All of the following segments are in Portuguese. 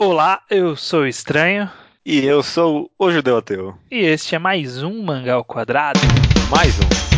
Olá, eu sou o Estranho E eu sou o Judeu Ateu. e este é mais um Mangá ao Quadrado. Mais um.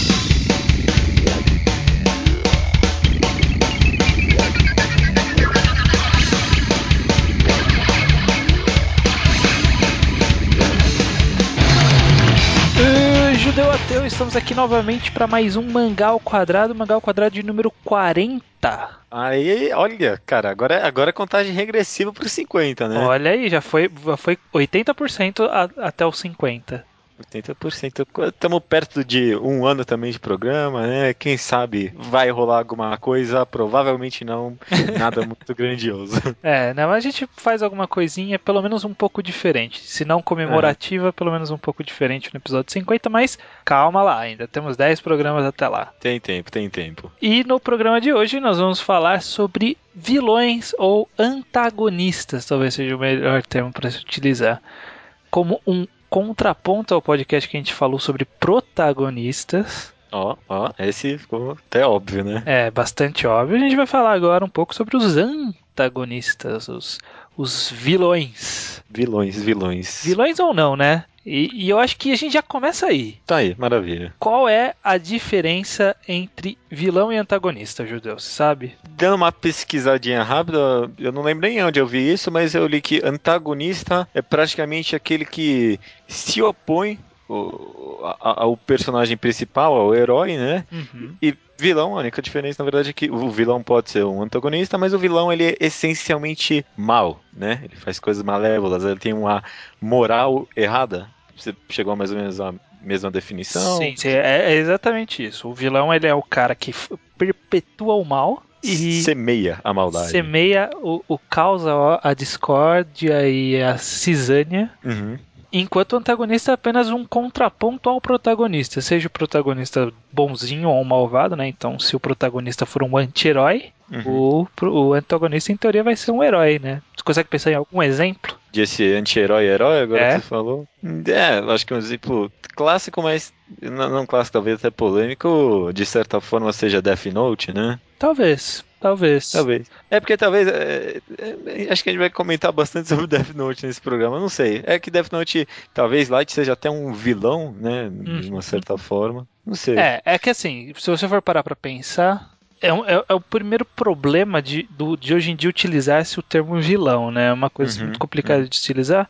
Judeu Ateu, estamos aqui novamente para mais um Mangá ao Quadrado de número 40. Aí, olha, cara, agora é contagem regressiva para os 50, né? Olha aí, já foi 80% até os 50. 80%. Estamos perto de um ano também de programa, né? Quem sabe vai rolar alguma coisa, provavelmente não, nada muito grandioso. É, né, mas a gente faz alguma coisinha pelo menos um pouco diferente. Se não Aham. comemorativa, pelo menos um pouco diferente no episódio 50, mas calma lá, ainda temos 10 programas até lá. Tem tempo, tem tempo. E no programa de hoje nós vamos falar sobre vilões ou antagonistas, talvez seja o melhor termo para se utilizar, como um contraponto ao podcast que a gente falou sobre protagonistas. Ó, esse ficou até óbvio, né? É bastante óbvio. A gente vai falar agora um pouco sobre os antagonistas, os vilões. Vilões, vilões. Vilões ou não, né? E eu acho que a gente já começa aí. Tá aí, maravilha. Qual é a diferença entre vilão e antagonista, Judeu? Você sabe? Dando uma pesquisadinha rápida, eu não lembro nem onde eu vi isso, mas eu li que antagonista é praticamente aquele que se opõe ao personagem principal, ao herói, né? Uhum. E vilão, a única diferença, na verdade, é que o vilão pode ser um antagonista, mas o vilão ele é essencialmente mal, né? Ele faz coisas malévolas, ele tem uma moral errada. Você chegou a mais ou menos a mesma definição? Sim, sim, é exatamente isso. O vilão ele é o cara que perpetua o mal e Semeia a maldade. semeia o caos, a discórdia e a cisânia, Uhum. enquanto o antagonista é apenas um contraponto ao protagonista, seja o protagonista bonzinho ou malvado, né? Então, se o protagonista for um anti-herói, Uhum. o antagonista em teoria vai ser um herói, né? Você consegue pensar em algum exemplo? Desse anti-herói-herói, agora que você É, falou. É, acho que um exemplo clássico, mas não clássico, talvez até polêmico, de certa forma seja Death Note, né? talvez, talvez. Talvez. É porque talvez. Acho que a gente vai comentar bastante sobre Death Note nesse programa, não sei. É que Death Note, talvez Light seja até um vilão, né? De uma certa Uhum. forma. Não sei. É que assim, se você for parar pra pensar, é o primeiro problema de hoje em dia utilizar-se o termo vilão, né? É uma coisa muito Uhum, complicada uhum. de utilizar,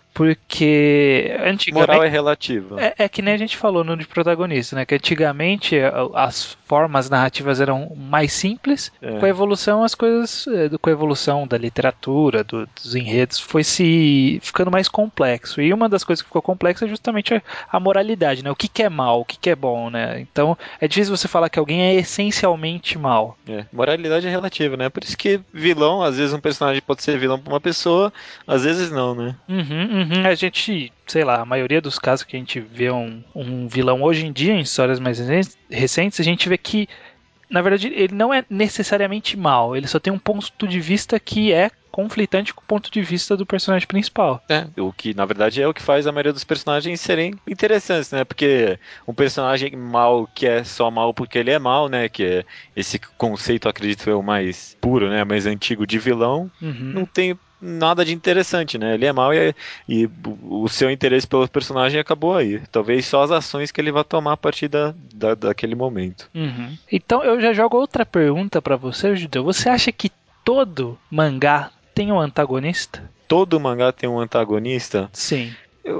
porque Moral antigamente. é relativa. É que nem a gente falou no de protagonista, né? Que antigamente as formas narrativas eram mais simples, com a É. evolução as coisas, com a evolução da literatura, dos enredos, foi se ficando mais complexo. E uma das coisas que ficou complexa é justamente a moralidade, né? O que que é mal, o que que é bom, né? Então é difícil você falar que alguém é essencialmente mal. É, moralidade é relativa, né? Por isso que vilão, às vezes um personagem pode ser vilão pra uma pessoa, às vezes não, né? Uhum. A gente, sei lá, a maioria dos casos que a gente vê um vilão hoje em dia, em histórias mais recentes, a gente vê que na verdade, ele não é necessariamente mal, ele só tem um ponto de vista que é conflitante com o ponto de vista do personagem principal. É, o que na verdade é o que faz a maioria dos personagens serem interessantes, né? Porque um personagem mal que é só mal porque ele é mal, né? Que é esse conceito, acredito eu, mais puro, né? Mais antigo de vilão, não Uhum, tem nada de interessante, né? Ele é mal e o seu interesse pelo personagem acabou aí. Talvez só as ações que ele vai tomar a partir daquele momento. uhum. Então eu já jogo outra pergunta pra você, Judeu. Você acha que todo mangá tem um antagonista? Todo mangá tem um antagonista. Sim.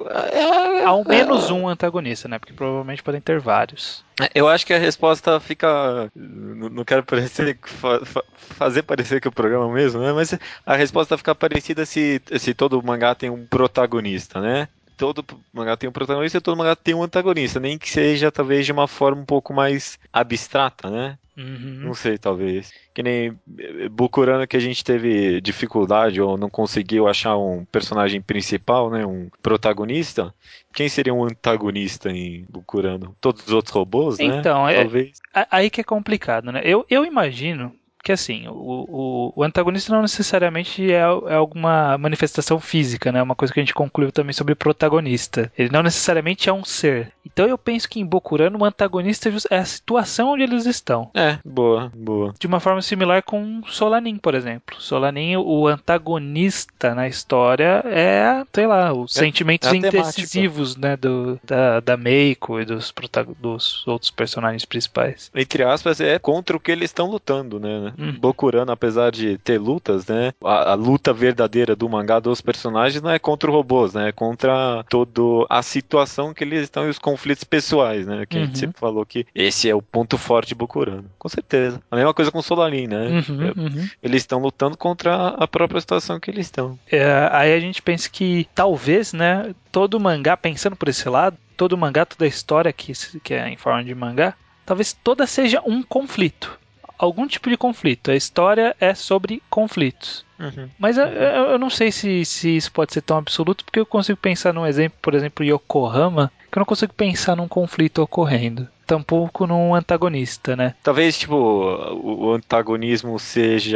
Ao menos Eu, um antagonista, né? Porque provavelmente podem ter vários. Eu acho que a resposta fica. Não quero parecer, fazer parecer que o programa é o mesmo, né? Mas a resposta fica parecida se todo mangá tem um protagonista, né? Todo mangá tem um protagonista e todo mangá tem um antagonista, nem que seja talvez de uma forma um pouco mais abstrata, né? Não Uhum. sei, talvez. Que nem Bukurano que a gente teve dificuldade ou não conseguiu achar um personagem principal, né? Um protagonista. Quem seria um antagonista em Bukurano? Todos os outros robôs, né? Então, Talvez. aí que é complicado, né? Eu imagino Porque assim, o antagonista não necessariamente é alguma manifestação física, né? Uma coisa que a gente concluiu também sobre o protagonista. Ele não necessariamente é um ser. Então eu penso que em Bokurano o antagonista é a situação onde eles estão. Boa, boa. De uma forma similar com Solanin, por exemplo. Solanin, o antagonista na história é, sei lá, os sentimentos a indecisivos, né, da Meiko e dos outros personagens principais. Entre aspas, é contra o que eles estão lutando, né? Bokurano, apesar de ter lutas, né? A luta verdadeira do mangá dos personagens não é contra os robôs, né? É contra toda a situação que eles estão e os conflitos pessoais, né? Que a gente sempre falou que esse é o ponto forte de Bokurano. Com certeza. A mesma coisa com Solanin, né? Eles estão lutando contra a própria situação que eles estão. Aí a gente pensa que talvez, né, todo mangá, pensando por esse lado, todo mangá, toda a história que é em forma de mangá, talvez toda seja um conflito. Algum tipo de conflito. A história é sobre conflitos. Mas eu não sei se isso pode ser tão absoluto, porque eu consigo pensar num exemplo, por exemplo, Yokohama, que eu não consigo pensar num conflito ocorrendo. Tampouco num antagonista, né? Talvez, tipo, o antagonismo seja...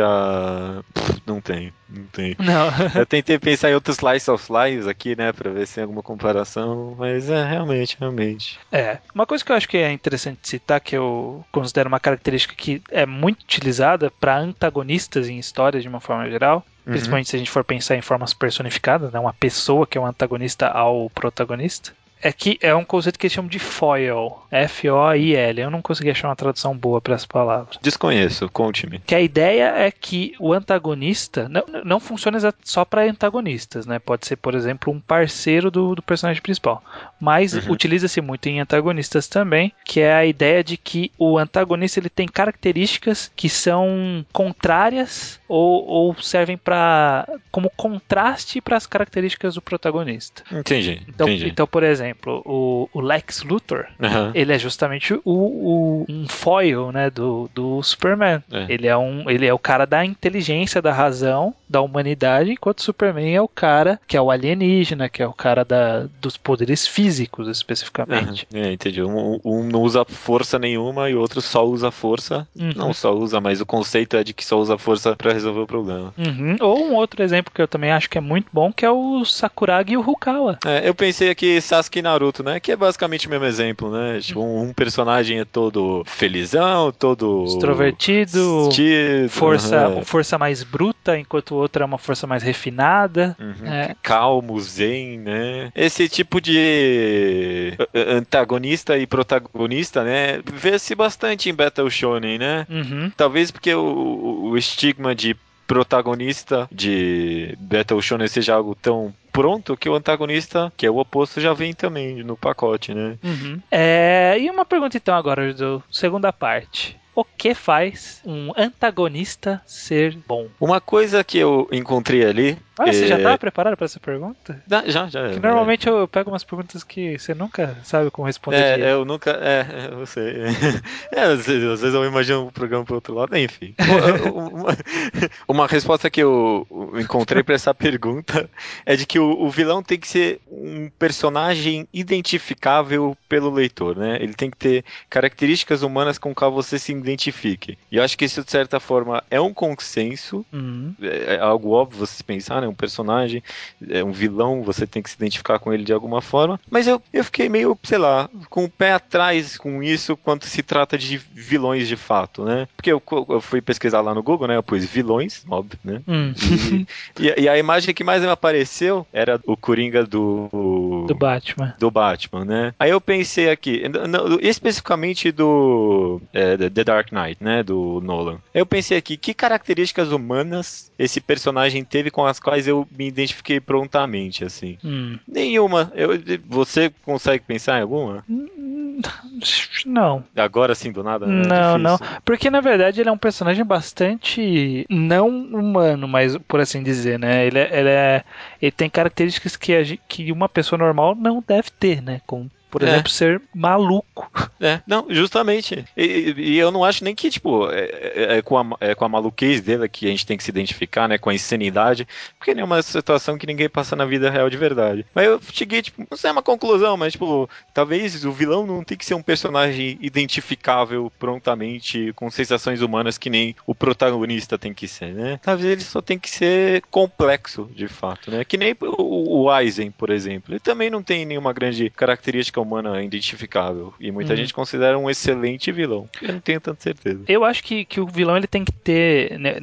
Não tem. Não. Eu tentei pensar em outros slice of lives aqui, né, pra ver se tem alguma comparação, mas realmente. Uma coisa que eu acho que é interessante citar, que eu considero uma característica que é muito utilizada para antagonistas em histórias de uma forma geral, principalmente se a gente for pensar em formas personificadas, né, uma pessoa que é um antagonista ao protagonista, é que é um conceito que eles chamam de foil, F-O-I-L. Eu não consegui achar uma tradução boa para essa palavra. Desconheço, conte-me. Que a ideia é que o antagonista não funciona só para antagonistas, né? Pode ser, por exemplo, um parceiro do personagem principal. Mas utiliza-se muito em antagonistas também, que é a ideia de que o antagonista ele tem características que são contrárias ou servem como contraste para as características do protagonista. Entendi. Então, por exemplo, o Lex Luthor, ele é justamente um foil, né, do Superman. Ele é o cara da inteligência, da razão, da humanidade, enquanto o Superman é o cara que é o alienígena, que é o cara dos poderes físicos, especificamente. Entendi. Um não usa força nenhuma e o outro só usa força. Não só usa, mas o conceito é de que só usa força para resolver o problema. Ou um outro exemplo que eu também acho que é muito bom, que é o Sakuragi e o Rukawa. Eu pensei aqui Sasuke e Naruto, né? Que é basicamente o mesmo exemplo, né? Tipo, um personagem é todo felizão, todo... extrovertido, força mais bruta, enquanto o outro é uma força mais refinada. Calmo, zen, né? Esse tipo de antagonista e protagonista, né? Vê-se bastante em Battle Shonen, né? Talvez porque o estigma de protagonista de Battle Shonen seja algo tão pronto que o antagonista, que é o oposto, já vem também no pacote, né? E uma pergunta então agora, José, segunda parte. O que faz um antagonista ser bom? Uma coisa que eu encontrei ali... Você já estava preparado para essa pergunta? Já. Porque normalmente eu pego umas perguntas que você nunca sabe como responder direito. Eu nunca... eu sei. Às vezes eu imagino um programa pro outro lado, enfim. Uma resposta que eu encontrei para essa pergunta é de que o vilão tem que ser um personagem identificável pelo leitor, né? Ele tem que ter características humanas com qual você se identifique. E eu acho que isso, de certa forma, é um consenso, é algo óbvio você pensar, né? Um personagem, um vilão, você tem que se identificar com ele de alguma forma. Mas eu fiquei meio, sei lá, com o pé atrás com isso quando se trata de vilões de fato, né? Porque eu fui pesquisar lá no Google, né? Eu pus vilões, óbvio, né? E a imagem que mais me apareceu era o Coringa do Batman. Do Batman, né? Aí eu pensei aqui, especificamente do The Dark Knight, né? Do Nolan. Eu pensei aqui, que características humanas esse personagem teve com as quais eu me identifiquei prontamente, assim? Nenhuma. Você consegue pensar em alguma? Não. Agora sim, do nada? Não. Porque na verdade ele é um personagem bastante não humano, mas por assim dizer, né? Ele tem características que uma pessoa normal não deve ter, né? Como por exemplo, ser maluco. Não, justamente. E eu não acho nem que, tipo, com a maluquez dele que a gente tem que se identificar, né, com a insanidade, porque nem é uma situação que ninguém passa na vida real de verdade. Mas eu cheguei, tipo, não sei, é uma conclusão, mas, tipo, talvez o vilão não tem que ser um personagem identificável prontamente, com sensações humanas que nem o protagonista tem que ser, né? Talvez ele só tem que ser complexo, de fato, né? Que nem o Aizen, por exemplo. Ele também não tem nenhuma grande característica humana identificável. E muita gente considera um excelente vilão. Eu não tenho tanta certeza. Eu acho que o vilão ele tem que ter, né,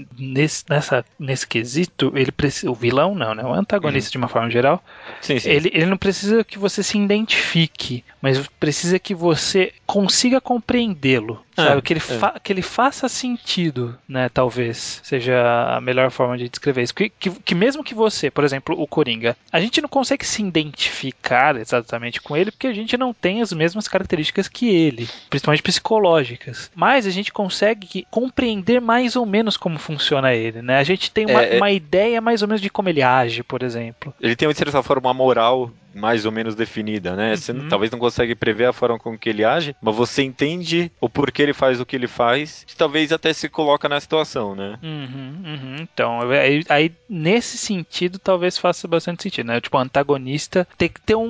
nesse quesito, o vilão não, né? O antagonista de uma forma geral, Sim, sim. ele não precisa que você se identifique, mas precisa que você consiga compreendê-lo. Sabe? Que ele faça sentido, né? Talvez seja a melhor forma de descrever isso. Que mesmo que você, por exemplo, o Coringa, a gente não consegue se identificar exatamente com ele porque a gente não tem as mesmas características que ele, principalmente psicológicas. Mas a gente consegue compreender mais ou menos como funciona ele, né? A gente tem uma ideia mais ou menos de como ele age, por exemplo. Ele tem, de certa forma, uma moral mais ou menos definida, né? Você talvez não consegue prever a forma com que ele age, mas você entende o porquê ele faz o que ele faz, e talvez até se coloca na situação, né? Então, aí nesse sentido talvez faça bastante sentido, né? Tipo, o antagonista tem que ter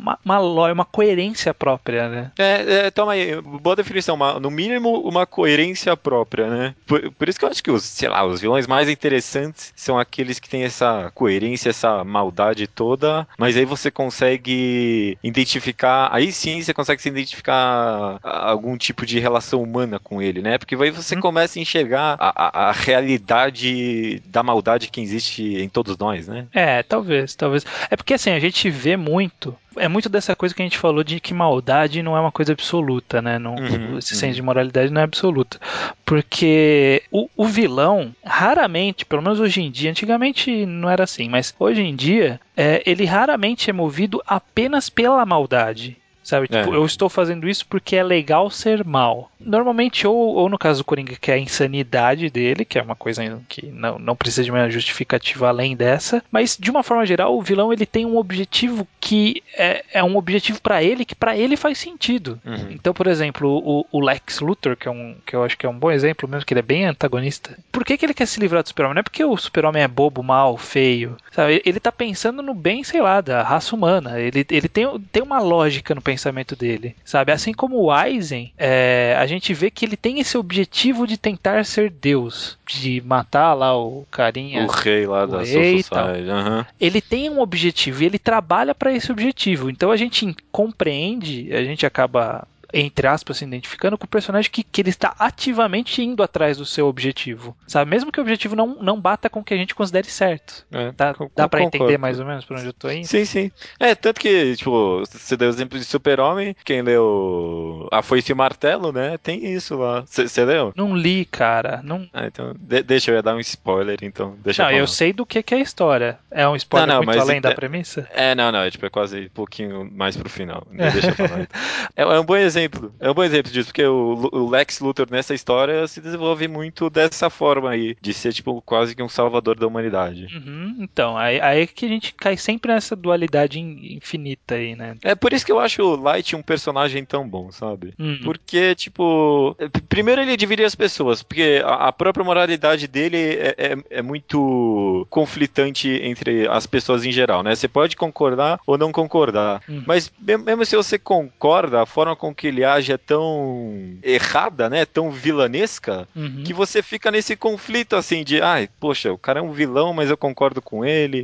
uma coerência própria, né? Toma aí, boa definição, no mínimo uma coerência própria, né? Por isso que eu acho que os vilões mais interessantes são aqueles que têm essa coerência, essa maldade toda, mas aí você consegue identificar, aí sim você consegue se identificar algum tipo de relação humana com ele, né? Porque aí você começa a enxergar a realidade da maldade que existe em todos nós, né? Talvez. É porque assim, a gente vê muito. É muito dessa coisa que a gente falou de que maldade não é uma coisa absoluta, né? Esse senso de moralidade não é absoluta. Porque o vilão, raramente, pelo menos hoje em dia, antigamente não era assim, mas hoje em dia, ele raramente é movido apenas pela maldade. Sabe? Tipo, eu estou fazendo isso porque é legal ser mal. Normalmente, ou no caso do Coringa, que é a insanidade dele, que é uma coisa que não precisa de uma justificativa além dessa, mas de uma forma geral, o vilão ele tem um objetivo que é um objetivo para ele, que para ele faz sentido. Então, por exemplo, o Lex Luthor, que eu acho que é um bom exemplo mesmo, que ele é bem antagonista. Por que ele quer se livrar do Super-Homem? Não é porque o Super-Homem é bobo, mal, feio. Sabe? Ele tá pensando no bem, sei lá, da raça humana. Ele tem uma lógica no pensamento dele, sabe? Assim como o Aizen, a gente vê que ele tem esse objetivo de tentar ser Deus, de matar lá o carinha, o rei lá da Soul Society. Ele tem um objetivo e ele trabalha para esse objetivo. Então a gente compreende, a gente acaba, entre aspas, se identificando com o personagem que ele está ativamente indo atrás do seu objetivo, sabe? Mesmo que o objetivo não bata com o que a gente considere certo. Dá pra entender mais ou menos por onde eu tô indo? Sim, sim. Tanto que, tipo, você deu o exemplo de Super-Homem, quem leu A Foice e o Martelo, né? Tem isso lá. Você leu? Não li, cara. Não... Então, deixa eu ia dar um spoiler, então deixa Não, pra eu lá. sei do que é a história. É um spoiler muito mas além da premissa? Não, é tipo, é quase um pouquinho mais pro final. Deixa pra lá, então. É um bom exemplo. É um bom exemplo disso, porque o Lex Luthor nessa história se desenvolve muito dessa forma aí, de ser, tipo, quase que um salvador da humanidade. Então, aí que a gente cai sempre nessa dualidade infinita aí, né? É por isso que eu acho o Light um personagem tão bom, sabe? Porque, tipo, primeiro ele dividia as pessoas, porque a própria moralidade dele é muito conflitante entre as pessoas em geral, né? Você pode concordar ou não concordar, mas mesmo se você concorda, a forma com que ele age é tão errada, né? Tão vilanesca, que você fica nesse conflito, assim, de, poxa, o cara é um vilão, mas eu concordo com ele.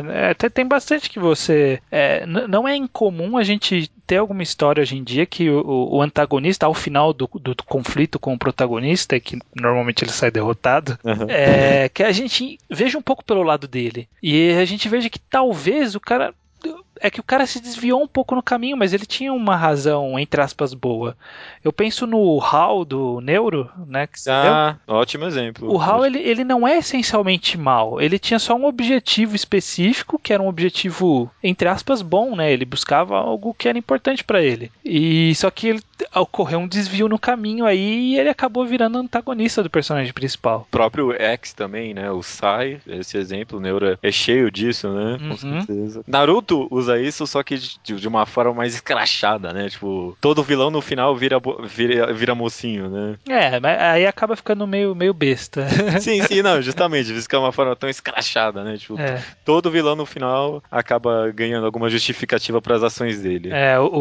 Tem bastante que você... não é incomum a gente ter alguma história hoje em dia que o antagonista, ao final do conflito com o protagonista, que normalmente ele sai derrotado, que a gente veja um pouco pelo lado dele. E a gente veja que talvez o cara... É que o cara se desviou um pouco no caminho, mas ele tinha uma razão, entre aspas, boa. Eu penso no HAL do Neuro, né? Que você leu. Ótimo exemplo. O HAL, ele não é essencialmente mal. Ele tinha só um objetivo específico, que era um objetivo, entre aspas, bom, né? Ele buscava algo que era importante pra ele. E só que ele ocorreu um desvio no caminho aí e ele acabou virando antagonista do personagem principal. O próprio X também, né? O Sai, esse exemplo, o Neuro é cheio disso, né? Com certeza. Naruto, usa isso, só que de uma forma mais escrachada, né? Tipo, todo vilão no final vira mocinho, né? Mas aí acaba ficando meio besta. Sim, sim, não, justamente, isso que é uma forma tão escrachada, né? Tipo, É. todo vilão no final acaba ganhando alguma justificativa para as ações dele.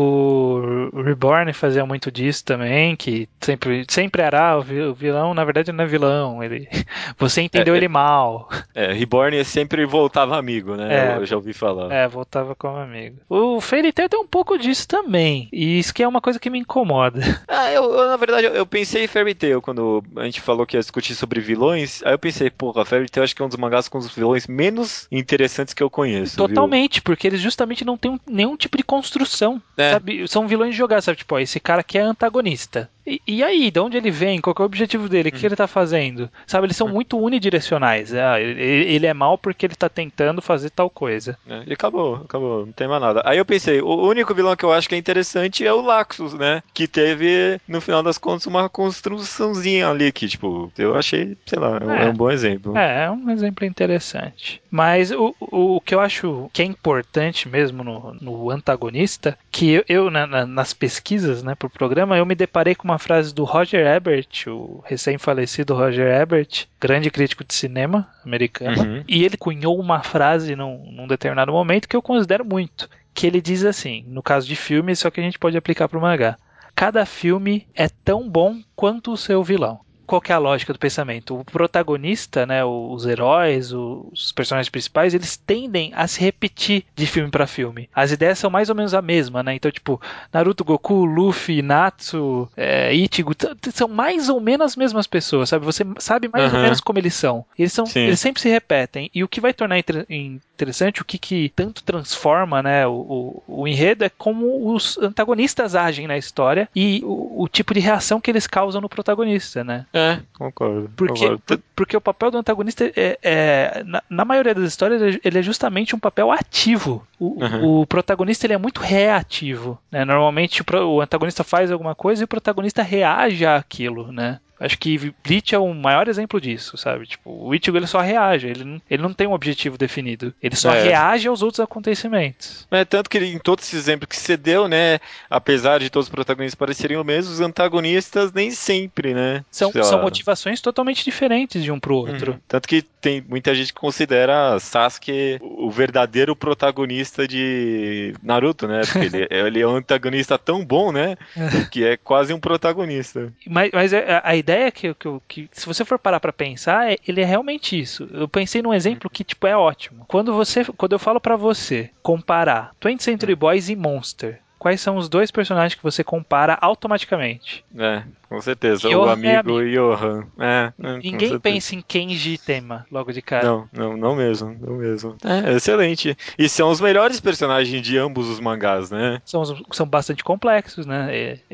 O Reborn fazia muito disso também, que sempre era o vilão, na verdade não é vilão, você entendeu É, ele mal. Reborn sempre voltava amigo, né? É, Eu já ouvi falar. voltava como amigo. O Fairy Tail tem um pouco disso também, e isso que é uma coisa que me incomoda. Na verdade, eu pensei em Fairy Tail quando a gente falou que ia discutir sobre vilões. Aí eu pensei, porra, Fairy Tail acho que é um dos mangás com os vilões menos interessantes que eu conheço, viu? Totalmente, porque eles justamente não têm nenhum tipo de construção, É, sabe? São vilões jogados, sabe? Tipo, ó, esse cara aqui é antagonista. E aí, de onde ele vem? Qual que é o objetivo dele? O que ele tá fazendo? Sabe, eles são muito unidirecionais. Ele é mal porque ele tá tentando fazer tal coisa. E acabou, não tem mais nada. Aí eu pensei, o único vilão que eu acho que é interessante é o Laxus, né? Que teve, no final das contas, uma construçãozinha ali que, tipo, eu achei, sei lá, é É, um bom exemplo. é um exemplo interessante. Mas o que eu acho que é importante mesmo no antagonista, que nas pesquisas, né, pro programa, eu me deparei com uma frase do Roger Ebert, o recém-falecido Roger Ebert, grande crítico de cinema americano, Uhum. e ele cunhou uma frase num determinado momento que eu considero muito, que ele diz assim, no caso de filme, só que a gente pode aplicar pro mangá. Cada filme é tão bom quanto o seu vilão. Qual que é a lógica do pensamento? O protagonista, né, os heróis, os personagens principais, eles tendem a se repetir de filme para filme. As ideias são mais ou menos a mesma, né? Então, tipo, Naruto, Goku, Luffy, Natsu, Ichigo, são mais ou menos as mesmas pessoas, sabe? Você sabe mais ou menos Aham. como eles são. Sim. Eles sempre se repetem. E o que vai tornar interessante, o que tanto transforma, né, o enredo é como os antagonistas agem na história e o tipo de reação que eles causam no protagonista, né? Concordo, Porque, concordo. porque o papel do antagonista na maioria das histórias, ele é justamente um papel ativo. Aham. O protagonista ele é muito reativo, né? Normalmente o antagonista faz alguma coisa e o protagonista reage àquilo, né? Acho que Bleach é o maior exemplo disso, sabe? Tipo, o Ichigo ele só reage, ele não tem um objetivo definido. Ele só É, reage aos outros acontecimentos. tanto que em todos esses exemplos que você deu, né, apesar de todos os protagonistas parecerem os mesmos, os antagonistas nem sempre, né? Sei São lá. motivações totalmente diferentes de um pro outro. Tanto que tem muita gente que considera Sasuke o verdadeiro protagonista de Naruto, né? Porque ele é um antagonista tão bom, né? Que é quase um protagonista. Mas a ideia que, se você for parar pra pensar, ele é realmente isso. Eu pensei num exemplo que, tipo, é ótimo. Quando eu falo pra você comparar 20th Century Boys e Monster, quais são os dois personagens que você compara automaticamente? Com certeza. O Kyohan é amigo amigo. Johan. Com Ninguém certeza. pensa em Kenji e Tema logo de cara. Não, não, não mesmo, não mesmo. Excelente. E são os melhores personagens de ambos os mangás, né? São bastante complexos, né?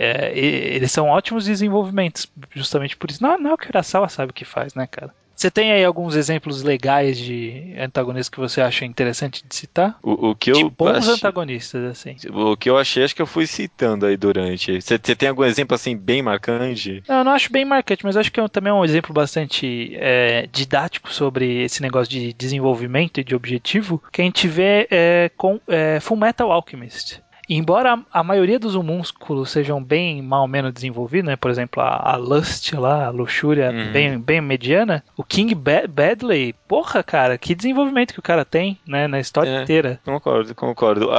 Eles são ótimos desenvolvimentos, justamente por isso. Não é o que o Urasawa sabe o que faz, né, cara? Você tem aí alguns exemplos legais de antagonistas que você acha interessante de citar? O que De eu bons achei, antagonistas, assim. o que eu achei, acho que eu fui citando aí durante. Você tem algum exemplo assim bem marcante? Eu não acho bem marcante, mas acho que também é um exemplo bastante didático sobre esse negócio de desenvolvimento e de objetivo que a gente vê com Fullmetal Alchemist. E embora a maioria dos homúnculos sejam bem mal ou menos desenvolvidos, né? Por exemplo, a Lust lá, a luxúria Uhum. bem mediana, o King Badley, porra, cara, que desenvolvimento que o cara tem, né, na história inteira. Concordo, concordo.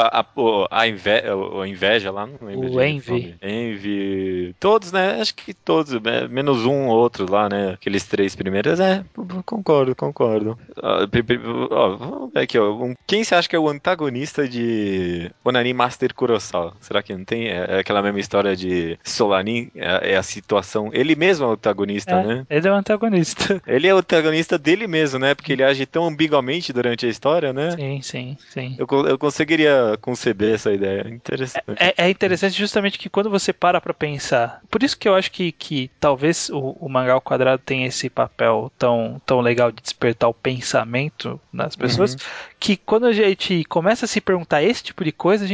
A inveja lá, não lembro O direito o Envy. nome. Envy. Todos, né? Acho que todos, né? Menos um ou outro lá, né? Aqueles três primeiros. Concordo, concordo. Vamos ver aqui, ó. Quem você acha que é o antagonista de Onani Master Kurosawa? Será que não tem? É aquela mesma história de Solanin? É a situação. Ele mesmo é o antagonista, né? Ele é o antagonista. Ele é o antagonista dele mesmo, né? Porque ele age tão ambiguamente durante a história, né? Sim, sim, sim. Eu conseguiria conceber essa ideia. Interessante. É interessante justamente que quando você para pensar. Por isso que eu acho que talvez o mangá ao quadrado tenha esse papel tão legal de despertar o pensamento nas pessoas, Uhum. que quando a gente começa a se perguntar esse tipo de coisa, a gente vê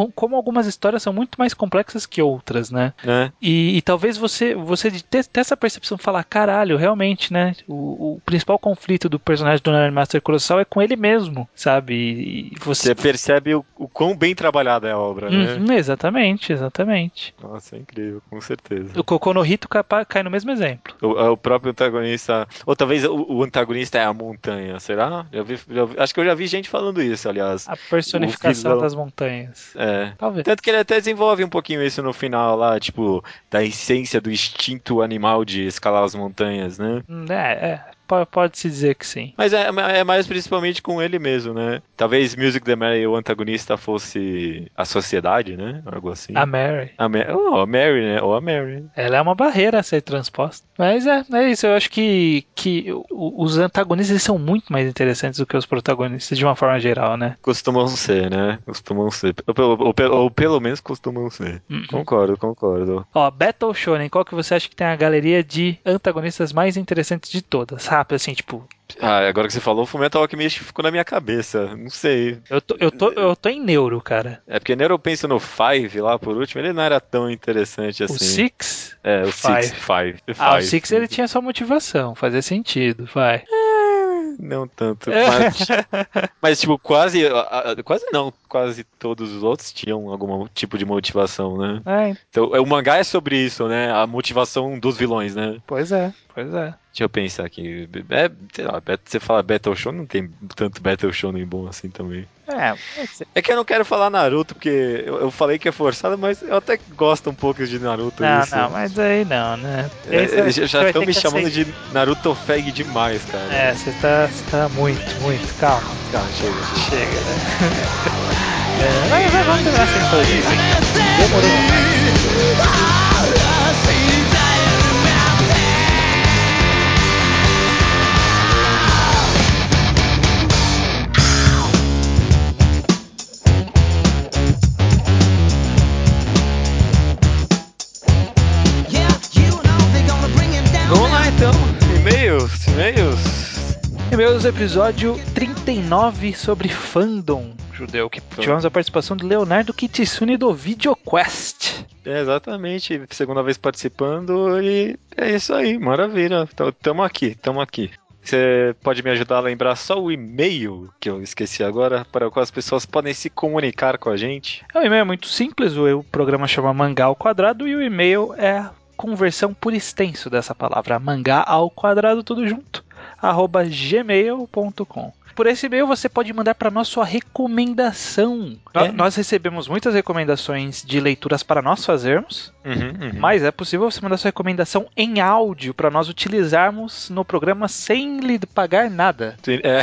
como algumas histórias são muito mais complexas que outras, né? E talvez você ter essa percepção de falar, caralho, realmente, né? O principal conflito do personagem do Master Kurosawa é com ele mesmo, sabe? E você percebe o quão bem trabalhada é a obra, né? Exatamente. Nossa, é incrível, com certeza. O Kokonohito cai no mesmo exemplo. O próprio antagonista, ou talvez o antagonista é a montanha, será? Acho que eu já vi gente falando isso, aliás. A personificação das montanhas. Talvez. Tanto que ele até desenvolve um pouquinho isso no final lá, tipo, da essência do instinto animal de escalar as montanhas, né? Pode-se dizer que sim. Mas é mais principalmente com ele mesmo, né? Talvez Music the Mary, o antagonista, fosse a sociedade, né? Algo assim. A Mary. A Mary, né? Ou a Mary. Ela é uma barreira a ser transposta. Mas é isso. Eu acho que os antagonistas eles são muito mais interessantes do que os protagonistas, de uma forma geral, né? Costumam ser, né? Costumam ser. Ou pelo menos costumam ser. Concordo. Ó, Battle Shonen, qual que você acha que tem a galeria de antagonistas mais interessantes de todas? Rápido, assim, tipo... Agora que você falou, o Fullmetal Alchemist ficou na minha cabeça. Não sei. Eu tô em neuro, cara. É porque Neuro eu penso no Five lá por último, ele não era tão interessante assim. O Six? O Five. O Six ele tinha sua motivação, fazia sentido, vai. Não tanto. Mas tipo, quase não. Quase todos os outros tinham algum tipo de motivação, né? Então, o mangá é sobre isso, né? A motivação dos vilões, né? Pois é. Deixa eu pensar aqui. Sei lá, você fala Battle Shonen, não tem tanto Battle Shonen bom assim também. É que eu não quero falar Naruto, porque eu falei que é forçado, mas eu até gosto um pouco de Naruto. Não, mas aí não, né? Já estão me chamando de Naruto Fag demais, cara. Você tá muito, calma. Chega. Vamos terminar sem fazer isso. Demorou demais. Vamos lá então, e-mails. E-mails, episódio 39 sobre fandom judeu, que tivemos a participação de Leonardo Kitsune do VideoQuest. Exatamente, segunda vez participando e é isso aí, maravilha. Tamo aqui. Você pode me ajudar a lembrar só o e-mail que eu esqueci agora, para o qual as pessoas podem se comunicar com a gente? O e-mail é muito simples, o programa chama Mangá ao Quadrado e o e-mail é a conversão por extenso dessa palavra, mangá ao quadrado tudo junto, @gmail.com. Por esse e-mail você pode mandar para nós sua recomendação. Nós recebemos muitas recomendações de leituras para nós fazermos, mas é possível você mandar sua recomendação em áudio para nós utilizarmos no programa sem lhe pagar nada.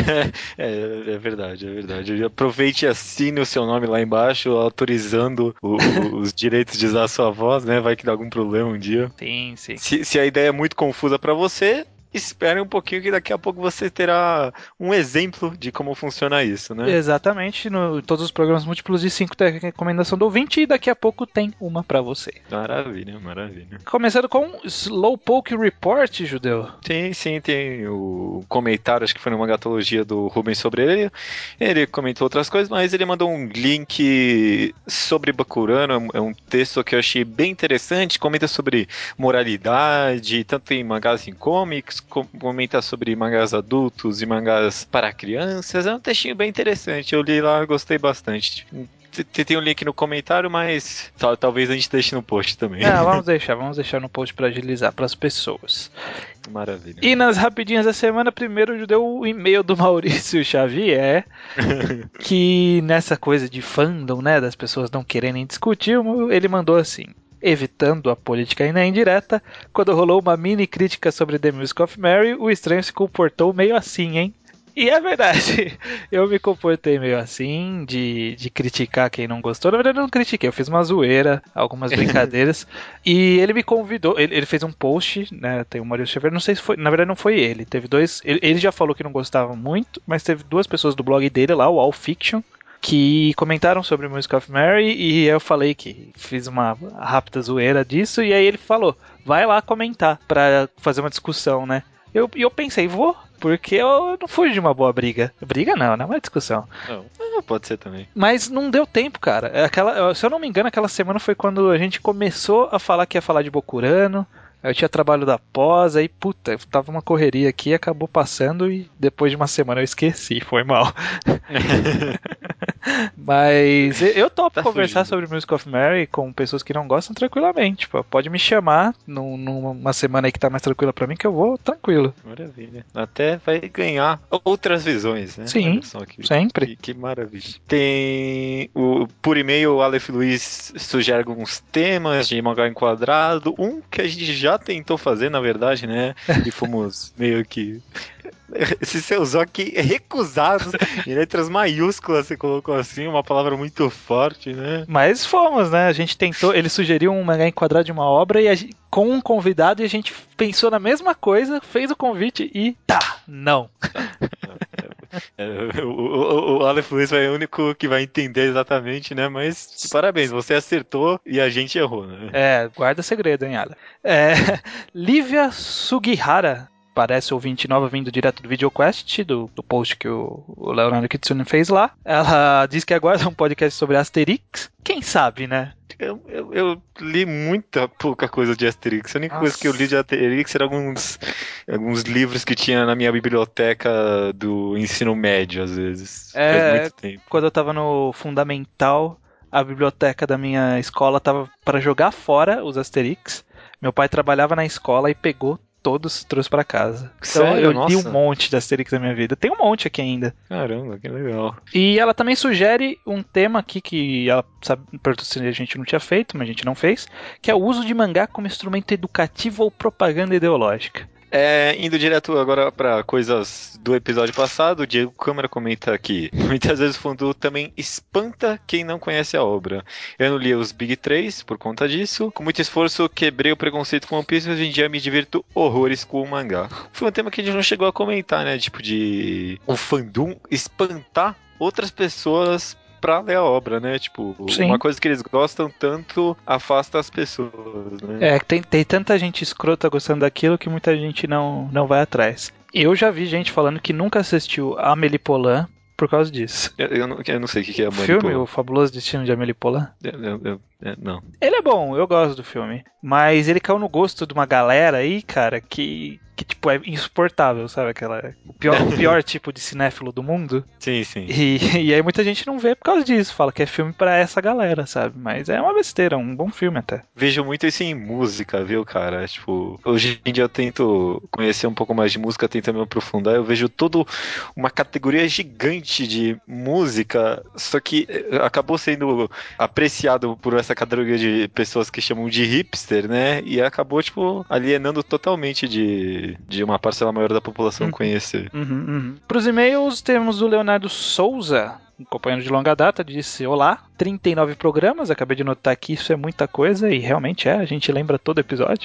É verdade. Aproveite e assine o seu nome lá embaixo, autorizando os direitos de usar a sua voz, né? Vai que dá algum problema um dia. Sim. Se a ideia é muito confusa para você, espere um pouquinho que daqui a pouco você terá um exemplo de como funciona isso, né? Exatamente, todos os programas múltiplos de 5 tem a recomendação do ouvinte e daqui a pouco tem uma pra você. Maravilha. Começando com Slowpoke Report, Judeu. Sim, tem o comentário, acho que foi numa gatologia do Rubens sobre ele. Ele comentou outras coisas, mas ele mandou um link sobre Bakurano, é um texto que eu achei bem interessante, comenta sobre moralidade, tanto em mangás e em comics, comenta sobre mangás adultos e mangás para crianças. É um textinho bem interessante. Eu li lá, gostei bastante. Tem um link no comentário, mas talvez a gente deixe no post também. Vamos deixar no post para agilizar para as pessoas. Maravilha. E nas rapidinhas da semana, primeiro deu o e-mail do Maurício Xavier, que nessa coisa de fandom, né, das pessoas não quererem discutir, ele mandou assim: evitando a política ainda indireta, quando rolou uma mini crítica sobre The Music of Mary, o estranho se comportou meio assim, hein? E é verdade, eu me comportei meio assim, de criticar quem não gostou. Na verdade eu não critiquei, eu fiz uma zoeira, algumas brincadeiras. E ele me convidou, ele fez um post, né, tem o Maurício Xavier, não sei se foi, na verdade não foi ele, teve dois, ele já falou que não gostava muito, mas teve duas pessoas do blog dele lá, o All Fiction, que comentaram sobre Music of Mary, e eu falei que fiz uma rápida zoeira disso, e aí ele falou, vai lá comentar pra fazer uma discussão, né? E eu pensei, vou, Porque eu não fui de uma boa briga. Briga não, né? Uma discussão. Não, pode ser também. Mas não deu tempo, cara. Se eu não me engano, aquela semana foi quando a gente começou a falar que ia falar de Bokurano. Eu tinha trabalho da pós, aí, puta, tava uma correria aqui, acabou passando e depois de uma semana eu esqueci, foi mal. Mas eu topo conversar sobre Music of Mary com pessoas que não gostam tranquilamente. Pô. Pode me chamar numa semana aí que tá mais tranquila pra mim que eu vou tranquilo. Maravilha. Até vai ganhar outras visões, né? Sim, olha só sempre. Que maravilha. Tem por e-mail o Aleph Luiz sugere alguns temas de mangá enquadrado. Um que a gente já tentou fazer, na verdade, né? E fomos meio que... Esse seu aqui recusados em letras maiúsculas, você colocou assim, uma palavra muito forte, né? Mas fomos, né? A gente tentou, ele sugeriu um mangá enquadrado de uma obra e com um convidado e a gente pensou na mesma coisa, fez o convite e não. O Aleph Luiz vai ser o único que vai entender exatamente, né? Mas parabéns, você acertou e a gente errou, né? Guarda segredo, hein, Ala? Lívia Sugihara, parece ouvinte nova vindo direto do VideoQuest, do post que o Leonardo Kitsune fez lá. Ela diz que aguarda um podcast sobre Asterix. Quem sabe, né? Eu li muita pouca coisa de Asterix. A única coisa que eu li de Asterix era alguns livros que tinha na minha biblioteca do ensino médio, às vezes. Faz muito tempo. Quando eu tava no fundamental, a biblioteca da minha escola tava para jogar fora os Asterix. Meu pai trabalhava na escola e pegou todos, trouxe pra casa. Então Sério? eu li um Nossa. monte de Asterix na minha vida. Tem um monte aqui ainda. Caramba, que legal. E ela também sugere um tema aqui que ela perguntou se a gente não tinha feito, mas a gente não fez, que é o uso de mangá como instrumento educativo ou propaganda ideológica. Indo direto agora para coisas do episódio passado, o Diego Câmara comenta aqui: muitas vezes o fundo também espanta quem não conhece a obra. Eu não li os Big 3 por conta disso. Com muito esforço, quebrei o preconceito com One Piece, mas hoje em dia me divirto horrores com o mangá. Foi um tema que a gente não chegou a comentar, né? Tipo, de o fandom espantar outras pessoas pra ler a obra, né? Tipo, Sim. Uma coisa que eles gostam tanto afasta as pessoas, né? Tem tanta gente escrota gostando daquilo que muita gente não vai atrás. Eu já vi gente falando que nunca assistiu Amélie Poulain por causa disso. Eu não sei o que é o filme, O Fabuloso Destino de Amélie Poulain. Não. Ele é bom, eu gosto do filme. Mas ele caiu no gosto de uma galera aí, cara, que tipo, é insuportável, sabe? O pior tipo de cinéfilo do mundo. Sim, sim. E aí muita gente não vê por causa disso. Fala que é filme pra essa galera, sabe? Mas é uma besteira, um bom filme até. Vejo muito isso em música, viu, cara? Tipo, hoje em dia eu tento conhecer um pouco mais de música, tento me aprofundar. Eu vejo toda uma categoria gigante de música, só que acabou sendo apreciado por essa categoria de pessoas que chamam de hipster, né? E acabou, tipo, alienando totalmente de uma parcela maior da população conhecer. Para os e-mails, temos o Leonardo Souza, um companheiro de longa data, disse: olá, 39 programas, acabei de notar que isso é muita coisa, e realmente a gente lembra todo episódio.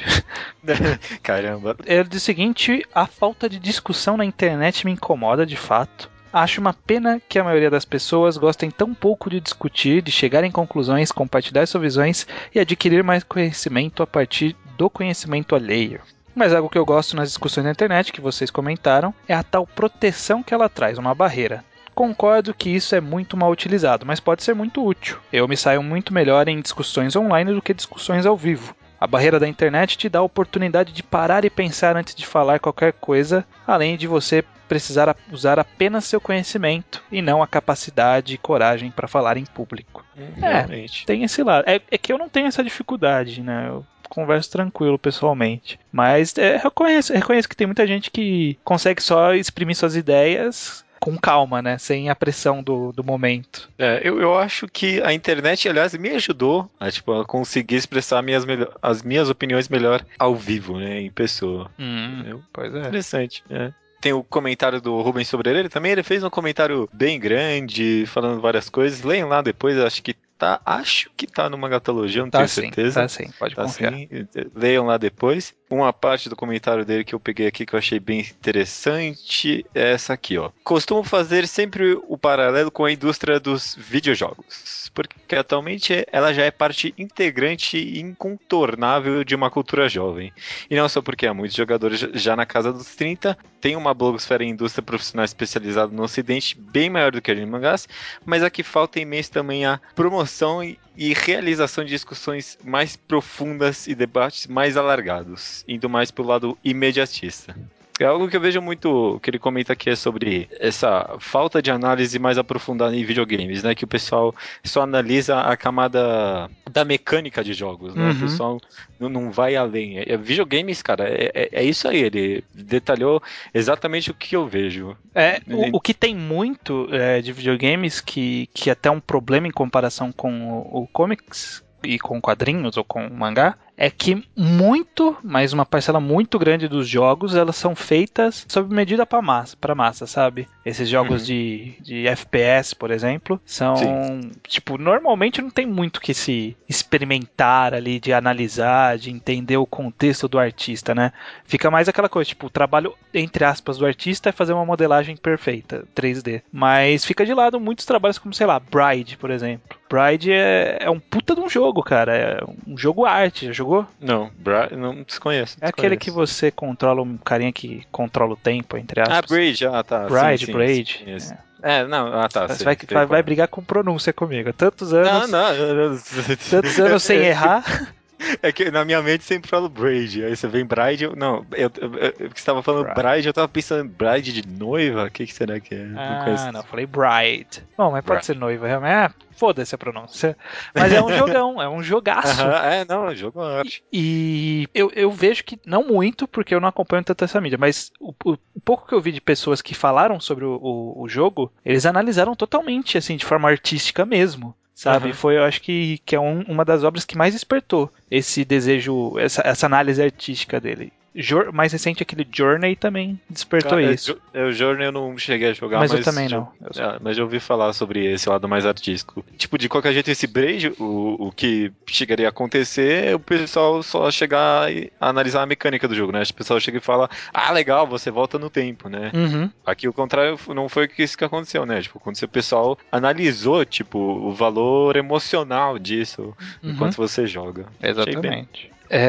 Caramba. Ele diz o seguinte: a falta de discussão na internet me incomoda de fato. Acho uma pena que a maioria das pessoas gostem tão pouco de discutir, de chegar em conclusões, compartilhar suas visões e adquirir mais conhecimento a partir do conhecimento alheio. Mas algo que eu gosto nas discussões na internet, que vocês comentaram, é a tal proteção que ela traz, uma barreira. Concordo que isso é muito mal utilizado, mas pode ser muito útil. Eu me saio muito melhor em discussões online do que discussões ao vivo. A barreira da internet te dá a oportunidade de parar e pensar antes de falar qualquer coisa, além de você precisar usar apenas seu conhecimento e não a capacidade e coragem para falar em público. Realmente. Tem esse lado. É que eu não tenho essa dificuldade, né? Eu converso tranquilo pessoalmente. Mas reconheço que tem muita gente que consegue só exprimir suas ideias com calma, né? Sem a pressão do momento. Eu acho que a internet, aliás, me ajudou a conseguir expressar as minhas opiniões melhor ao vivo, né? Em pessoa. Pois é. Interessante, né? Tem o comentário do Rubens Sobreira, ele fez um comentário bem grande, falando várias coisas. Leiam lá depois, acho que tá no Mangatologia, não tenho certeza. Tá sim, pode confiar. Sim, leiam lá depois. uma parte do comentário dele que eu peguei aqui que eu achei bem interessante é essa aqui, ó. Costumo fazer sempre o paralelo com a indústria dos videojogos, porque atualmente ela já é parte integrante e incontornável de uma cultura jovem. E não só porque há muitos jogadores já na casa dos 30, tem uma blogosfera e indústria profissional especializada no ocidente bem maior do que a de mangás, mas aqui falta imenso também a promoção e realização de discussões mais profundas e debates mais alargados, indo mais pro lado imediatista. É algo que eu vejo muito, que ele comenta aqui é sobre essa falta de análise mais aprofundada em videogames, né? Que o pessoal só analisa a camada da mecânica de jogos, né? O Uhum. pessoal não vai além. Videogames, cara, é isso aí. Ele detalhou exatamente o que eu vejo. O que tem muito de videogames que até é um problema em comparação com o comics e com quadrinhos ou com mangá, é que mas uma parcela muito grande dos jogos, elas são feitas sob medida para massa, sabe? Esses jogos Uhum. de FPS, por exemplo, Sim. são, tipo, normalmente não tem muito que se experimentar ali, de analisar, de entender o contexto do artista, né? Fica mais aquela coisa, tipo, o trabalho, entre aspas, do artista é fazer uma modelagem perfeita, 3D. Mas fica de lado muitos trabalhos como, sei lá, Bride, por exemplo. Bride é um puta de um jogo, cara. É um jogo arte, já jogou? Não, não desconheço, É aquele que desconheço. você controla um carinha que controla o tempo, entre Ah, aspas. Bridge, tá, sim, Bride, sim, Braid. conheço. Não, tá, Você sei qual vai é. brigar com pronúncia comigo. Não, Tantos anos sem errar. é que na minha mente sempre falo Braid, aí você vem Bride, não, você estava falando Bride, eu tava pensando Bride de noiva, o que será que é? Não Ah, conheço. não, falei bride. Bom, mas pode ser Bride. noiva, realmente. Ah, foda-se a pronúncia. Mas é um jogão, é um jogaço. Aham, não, jogo é arte. E eu vejo que, não muito, porque eu não acompanho tanto essa mídia, mas o pouco que eu vi de pessoas que falaram sobre o jogo, eles analisaram totalmente, assim, de forma artística mesmo. Sabe? Aham. Foi, eu acho que é uma das obras que mais despertou esse desejo, essa análise artística dele. Mais recente, aquele Journey também despertou isso. O Journey eu não cheguei a jogar, Mas eu também não. mas já ouvi falar sobre esse lado mais artístico. Tipo, de qualquer jeito, esse Braid, o que chegaria a acontecer é o pessoal só chegar e analisar a mecânica do jogo, né? O pessoal chega e fala, ah, legal, você volta no tempo, né? Uhum, Aqui o contrário não foi isso que aconteceu, né? Tipo, quando o pessoal analisou, tipo, o valor emocional disso uhum. enquanto você joga. Achei bem. Exatamente.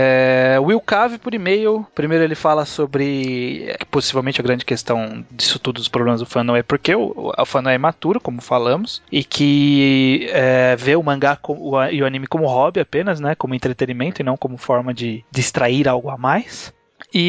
Will Cave por e-mail. Primeiro ele fala sobre que possivelmente a grande questão disso tudo, dos problemas do fandom, é porque o fandom é imaturo, como falamos, e que vê o mangá e o anime como hobby apenas, né, como entretenimento e não como forma de distrair algo a mais. E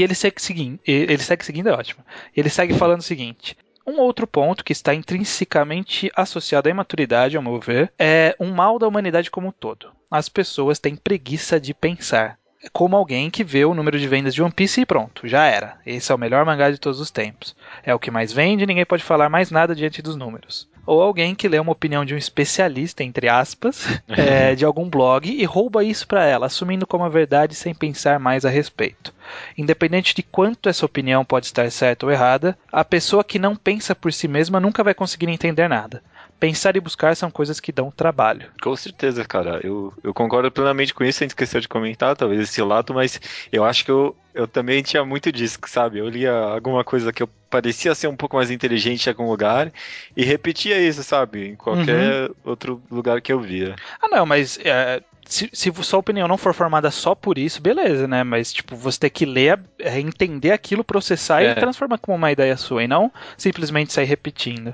ele segue seguindo, é ótimo. Ele segue falando o seguinte: um outro ponto que está intrinsecamente associado à imaturidade, ao meu ver, é um mal da humanidade como um todo. As pessoas têm preguiça de pensar. Como alguém que vê o número de vendas de One Piece e pronto, já era. Esse é o melhor mangá de todos os tempos. É o que mais vende, ninguém pode falar mais nada diante dos números. Ou alguém que lê uma opinião de um especialista, entre aspas, de algum blog e rouba isso para ela, assumindo como a verdade sem pensar mais a respeito. Independente de quanto essa opinião pode estar certa ou errada, a pessoa que não pensa por si mesma nunca vai conseguir entender nada. Pensar e buscar são coisas que dão trabalho. Com certeza, cara. Eu concordo plenamente com isso, a gente esqueceu de comentar, talvez esse lado, mas eu acho que eu também tinha muito disso, sabe? Eu lia alguma coisa que eu parecia ser um pouco mais inteligente em algum lugar e repetia isso, sabe? Em Uhum. qualquer outro lugar que eu via. Ah, não, mas se sua opinião não for formada só por isso, beleza, né? Mas, tipo, você tem que ler, entender aquilo, processar e É. transformar como uma ideia sua, e não simplesmente sair repetindo.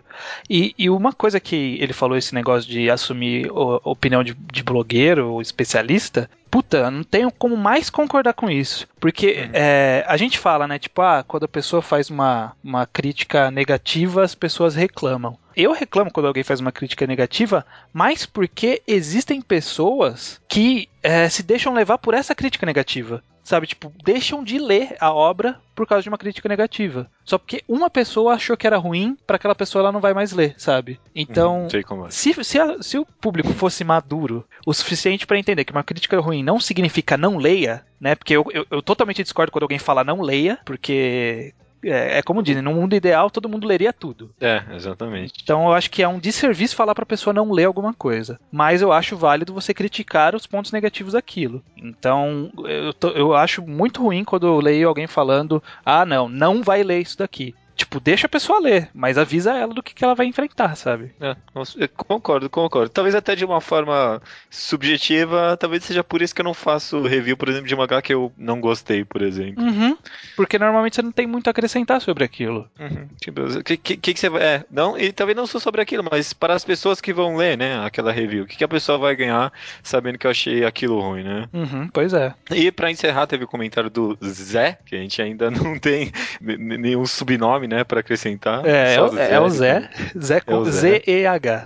E uma coisa que ele falou, esse negócio de assumir a opinião de blogueiro ou especialista, puta, não tenho como mais concordar com isso. Porque Uhum. a gente fala, né? Tipo, quando a pessoa faz uma crítica negativa, as pessoas reclamam. Eu reclamo quando alguém faz uma crítica negativa, mas porque existem pessoas que se deixam levar por essa crítica negativa. Sabe, tipo, deixam de ler a obra por causa de uma crítica negativa. Só porque uma pessoa achou que era ruim, para aquela pessoa ela não vai mais ler, sabe? Então, Sei como é. se o público fosse maduro o suficiente para entender que uma crítica ruim não significa não leia, né? Porque eu totalmente discordo quando alguém fala não leia, porque É como dizem, no mundo ideal todo mundo leria tudo. Exatamente. Então eu acho que é um desserviço falar pra pessoa não ler alguma coisa. Mas eu acho válido você criticar os pontos negativos daquilo. Então eu acho muito ruim quando eu leio alguém falando: ah, não vai ler isso daqui. Tipo, deixa a pessoa ler, mas avisa ela do que ela vai enfrentar, sabe? Eu concordo. Talvez até de uma forma subjetiva, talvez seja por isso que eu não faço review, por exemplo, de mangá que eu não gostei, por exemplo. Porque normalmente você não tem muito a acrescentar sobre aquilo. Tipo, o que você vai. Não, e talvez não só sobre aquilo, mas para as pessoas que vão ler, né, aquela review, o que a pessoa vai ganhar sabendo que eu achei aquilo ruim, né? Pois é. E pra encerrar, teve o comentário do Zé, que a gente ainda não tem nenhum subnome, né, pra acrescentar. Só do É o Zé. então. Zé É o com Zé. Z-E-H.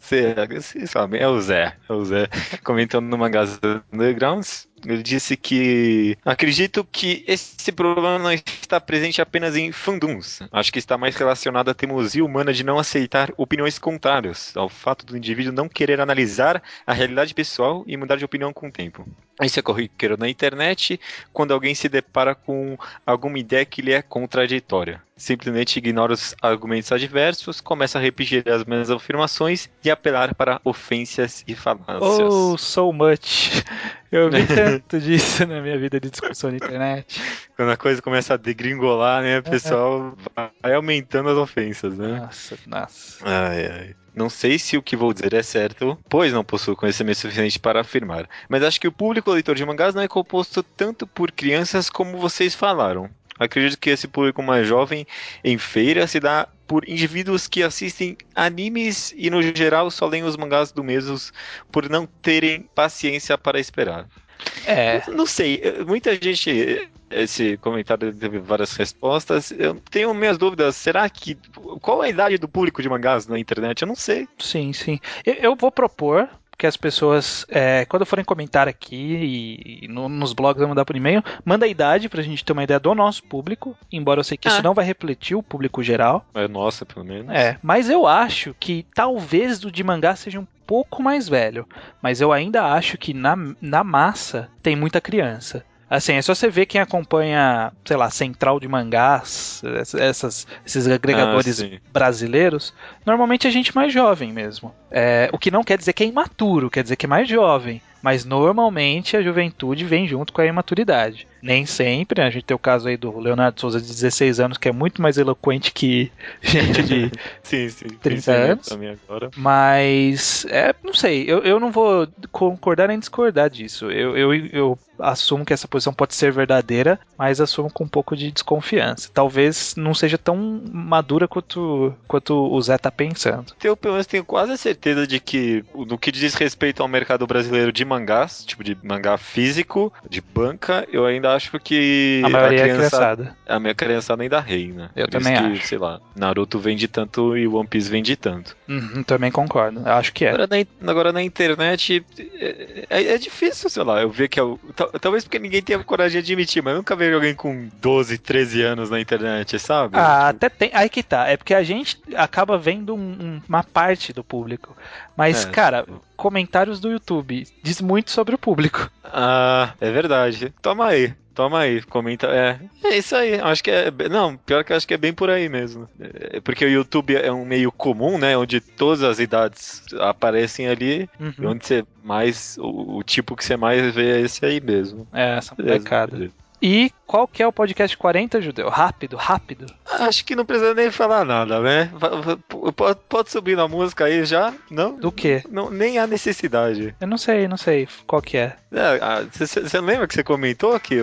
Vocês sabem, é o Zé. É o Zé comentando no Mangás Undergrounds. Ele disse que acredito que esse problema não está presente apenas em fandoms. Acho que está mais relacionado à teimosia humana de não aceitar opiniões contrárias, ao fato do indivíduo não querer analisar a realidade pessoal e mudar de opinião com o tempo. Isso é corriqueiro na internet quando alguém se depara com alguma ideia que lhe é contraditória. Simplesmente ignora os argumentos adversos, começa a repetir as mesmas afirmações e apelar para ofensas e falácias. Oh, so much. Eu vi tanto disso na minha vida de discussão na internet. Quando a coisa começa a degringolar, né, o pessoal vai aumentando as ofensas, né? Nossa. Ai. Não sei se o que vou dizer é certo, pois não possuo conhecimento suficiente para afirmar. Mas acho que o público leitor de mangás não é composto tanto por crianças como vocês falaram. Acredito que esse público mais jovem em feira se dá por indivíduos que assistem animes e no geral só leem os mangás do mesmos por não terem paciência para esperar. Não sei, muita gente. Esse comentário teve várias respostas. Eu tenho minhas dúvidas. Será que. Qual a idade do público de mangás na internet? Eu não sei. Sim. Eu vou propor que as pessoas, quando forem comentar aqui e nos blogs, vão mandar por e-mail, manda a idade pra gente ter uma ideia do nosso público, embora eu sei que isso não vai refletir o público geral. É nossa, pelo menos. Mas eu acho que talvez o de mangá seja um pouco mais velho, mas eu ainda acho que na massa tem muita criança. Assim, é só você ver quem acompanha, sei lá, Central de Mangás, esses agregadores brasileiros, normalmente é gente mais jovem mesmo. O que não quer dizer que é imaturo, quer dizer que é mais jovem. Mas normalmente a juventude vem junto com a imaturidade. Nem sempre, né? A gente tem o caso aí do Leonardo Souza de 16 anos, que é muito mais eloquente que gente de 30 anos. Agora. Mas, não sei, eu não vou concordar nem discordar disso. Eu assumo que essa posição pode ser verdadeira, mas assumo com um pouco de desconfiança. Talvez não seja tão madura quanto o Zé tá pensando. Eu, pelo menos, tenho quase a certeza de que, no que diz respeito ao mercado brasileiro de mangás, tipo de mangá físico, de banca, eu ainda acho que a maioria é criançada. A minha criançada ainda reina. Eu também acho. Sei lá, Naruto vende tanto e One Piece vende tanto. Também concordo, eu acho que é. Agora na internet é difícil, sei lá, eu ver que talvez porque ninguém tenha coragem de admitir, mas eu nunca vejo alguém com 12, 13 anos na internet, sabe? Até tem. Aí que tá. É porque a gente acaba vendo uma parte do público. Mas, cara, comentários do YouTube diz muito sobre o público. É verdade. Toma aí, comenta. É isso aí. Acho que não, pior que eu acho que é bem por aí mesmo. Porque o YouTube é um meio comum, né? Onde todas as idades aparecem ali. E onde você mais. O tipo que você mais vê é esse aí mesmo. Essa molecada. E qual que é o podcast 40, Judeu? Rápido. Acho que não precisa nem falar nada, né? Pode subir na música aí já? Não? Do quê? Não, nem há necessidade. Eu não sei qual que é. Você lembra que você comentou que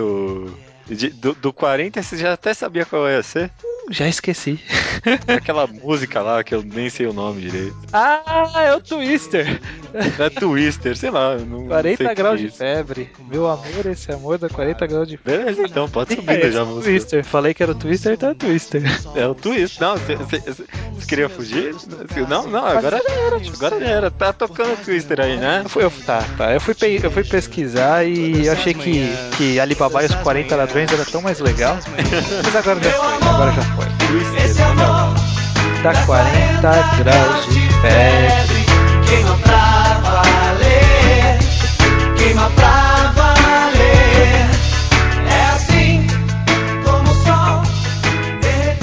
do 40 você já até sabia qual ia ser? Já esqueci. Aquela música lá que eu nem sei o nome direito. É o Twister. É Twister, sei lá. 40 graus de febre. Meu amor, esse amor dá 40 graus de febre. Beleza, então, pode subir já a música. Twister. Falei que era o Twister, então é Twister. É o Twister. Não, você queria fugir? Não, agora já era. Tá tocando o Twister aí, né? Eu fui pesquisar e achei que Alibaba e os 40 ladrões era tão mais legal. Mas agora já foi. Esse amor dá 40 graus de febre. Queima pra valer, queima pra valer. É assim como o sol derretendo.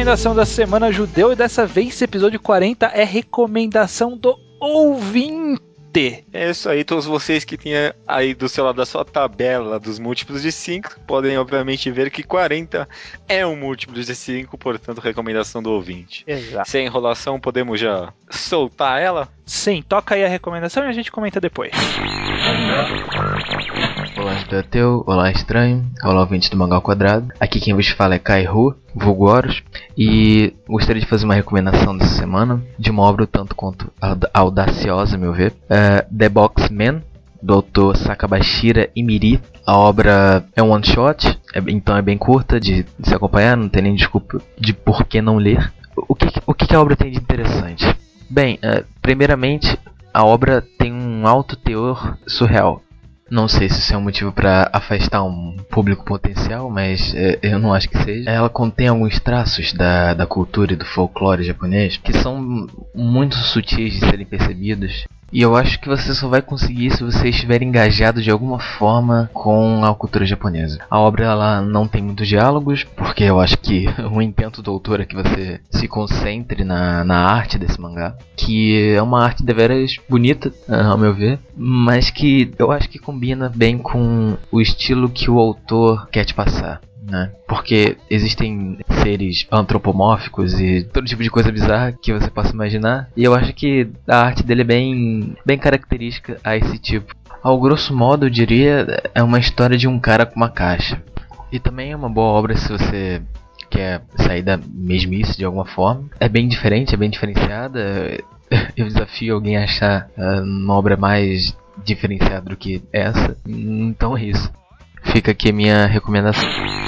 recomendação da Semana Judeu, e dessa vez esse episódio 40 é recomendação do ouvinte. É isso aí, todos vocês que têm aí do seu lado da sua tabela dos múltiplos de 5, podem obviamente ver que 40 é um múltiplo de 5, portanto, recomendação do ouvinte. Exato. Sem enrolação, podemos já soltar ela? Sim, toca aí a recomendação e a gente comenta depois. Olá, Judeu, olá, estranho, olá, ouvinte do Mangá ao Quadrado. Aqui quem vos fala é Kaihu, vulgo Horus, e gostaria de fazer uma recomendação dessa semana de uma obra tanto quanto audaciosa, a meu ver. The Box Man, do autor Sakabashira Imiri. A obra é um one-shot, então é bem curta de se acompanhar, não tem nem desculpa de por que não ler. O que a obra tem de interessante? Bem, primeiramente, a obra tem um alto teor surreal. Não sei se isso é um motivo para afastar um público potencial, mas eu não acho que seja. Ela contém alguns traços da cultura e do folclore japonês que são muito sutis de serem percebidos. E eu acho que você só vai conseguir se você estiver engajado de alguma forma com a cultura japonesa. A obra ela não tem muitos diálogos, porque eu acho que o intento do autor é que você se concentre na arte desse mangá, que é uma arte deveras bonita, ao meu ver, mas que eu acho que combina bem com o estilo que o autor quer te passar. Né? Porque existem seres antropomórficos e todo tipo de coisa bizarra que você possa imaginar, e eu acho que a arte dele é bem característica a esse tipo. Ao grosso modo, eu diria, é uma história de um cara com uma caixa. E também é uma boa obra se você quer sair da mesmice de alguma forma. É bem diferente, é bem diferenciada. Eu desafio alguém a achar uma obra mais diferenciada do que essa. Então é isso. Fica aqui a minha recomendação.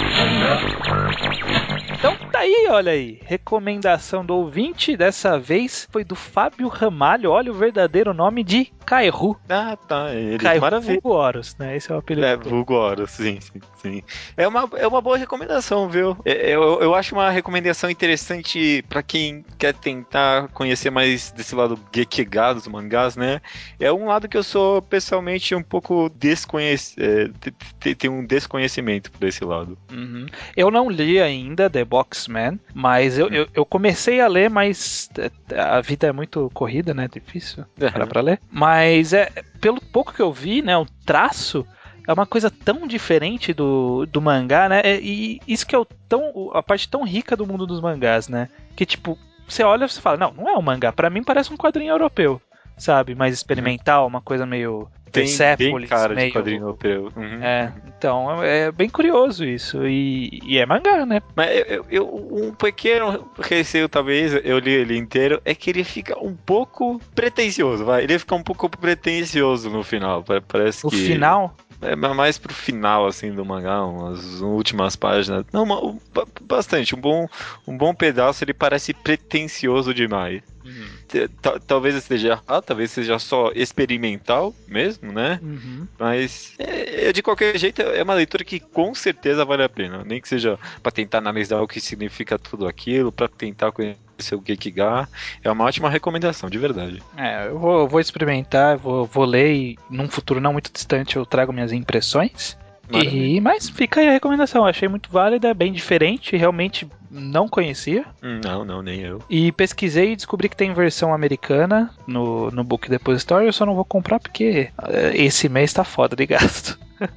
Então tá aí, olha aí. Recomendação do ouvinte, dessa vez foi do Fábio Ramalho. Olha o verdadeiro nome de Kaihu. Ah, tá. Ele Kaihu maravilha. vulgo Horus, né? Esse é o apelido. Vulgo Horus, sim. É uma boa recomendação, viu? Eu acho uma recomendação interessante pra quem quer tentar conhecer mais desse lado gekiga dos mangás, né? É um lado que eu sou pessoalmente um pouco tem um desconhecimento por esse lado. Uhum. Eu não li ainda The Boxman, mas eu comecei a ler, mas a vida é muito corrida, né? Difícil pra ler. Mas pelo pouco que eu vi, né? O traço é uma coisa tão diferente do mangá, né? E isso que é a parte tão rica do mundo dos mangás, né? Que tipo, você olha e você fala, não é um mangá. Pra mim parece um quadrinho europeu, sabe? Mais experimental, uma coisa meio Persepolis, bem cara meio de quadrinho europeu. Então é bem curioso isso. E é mangá, né? Mas um pequeno receio, talvez, eu li ele inteiro, é que ele fica um pouco pretencioso, vai. Ele fica um pouco pretencioso no final. Parece no que... final? É mais pro final, assim, do mangá, umas últimas páginas. Não, bastante. Um bom pedaço, ele parece pretencioso demais. Talvez esteja errado, talvez seja só experimental mesmo, né? Mas de qualquer jeito é uma leitura que com certeza vale a pena. Nem que seja para tentar analisar o que significa tudo aquilo, para tentar conhecer o Gekiga. É uma ótima recomendação, de verdade. Eu vou experimentar, vou ler e num futuro não muito distante eu trago minhas impressões. Mas fica aí a recomendação, achei muito válida, bem diferente, realmente não conhecia. Não, nem eu. E pesquisei e descobri que tem versão americana no Book Depository, eu só não vou comprar porque esse mês tá foda de gasto.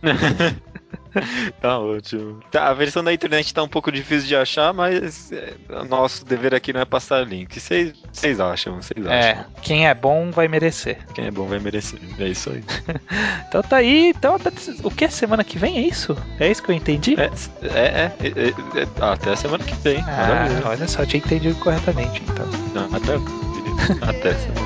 Tá ótimo. A versão da internet tá um pouco difícil de achar, mas o nosso dever aqui não é passar link. Vocês acham? Quem é bom vai merecer. Quem é bom vai merecer. É isso aí. Então tá aí. Então, o que é semana que vem? É isso? É isso que eu entendi? Até a semana que vem. Olha só, eu tinha entendido corretamente, então. Até semana.